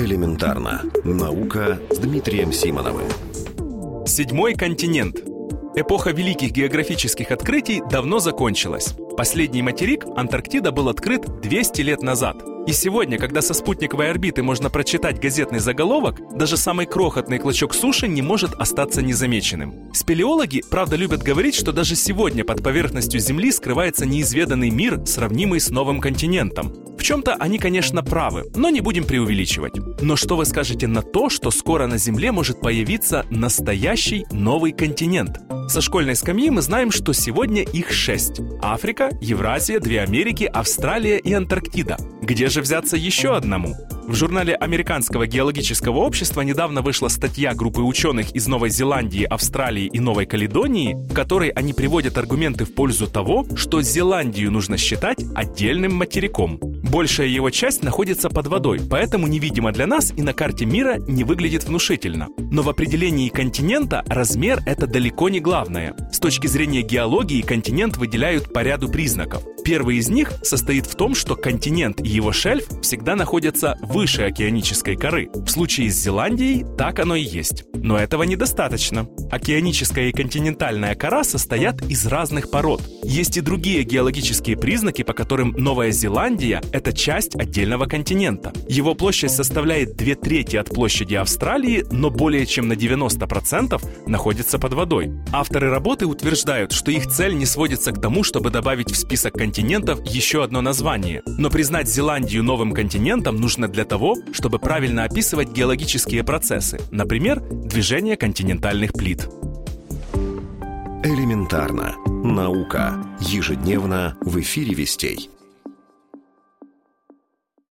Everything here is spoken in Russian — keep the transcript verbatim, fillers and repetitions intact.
Элементарно. Наука с Дмитрием Симоновым. Седьмой континент. Эпоха великих географических открытий давно закончилась. Последний материк, Антарктида, был открыт двести лет назад. И сегодня, когда со спутниковой орбиты можно прочитать газетный заголовок, даже самый крохотный клочок суши не может остаться незамеченным. Спелеологи, правда, любят говорить, что даже сегодня под поверхностью Земли скрывается неизведанный мир, сравнимый с новым континентом. В чем-то они, конечно, правы, но не будем преувеличивать. Но что вы скажете на то, что скоро на Земле может появиться настоящий новый континент? Со школьной скамьи мы знаем, что сегодня их шесть. Африка, Евразия, две Америки, Австралия и Антарктида. Где же взяться еще одному? В журнале Американского геологического общества недавно вышла статья группы ученых из Новой Зеландии, Австралии и Новой Каледонии, в которой они приводят аргументы в пользу того, что Зеландию нужно считать отдельным материком. Большая его часть находится под водой, поэтому невидимо для нас и на карте мира не выглядит внушительно. Но в определении континента размер – это далеко не главное. С точки зрения геологии континент выделяют по ряду признаков. Первый из них состоит в том, что континент и его шельф всегда находятся выше океанической коры. В случае с Зеландией так оно и есть. Но этого недостаточно. Океаническая и континентальная кора состоят из разных пород. Есть и другие геологические признаки, по которым Новая Зеландия – это часть отдельного континента. Его площадь составляет две трети от площади Австралии, но более чем на девяносто процентов находится под водой. Авторы работы утверждают, что их цель не сводится к тому, чтобы добавить в список континентов еще одно название. Но признать Зеландию новым континентом нужно для того, чтобы правильно описывать геологические процессы, например, движение континентальных плит. Элементарно. Наука. Ежедневно в эфире Вестей.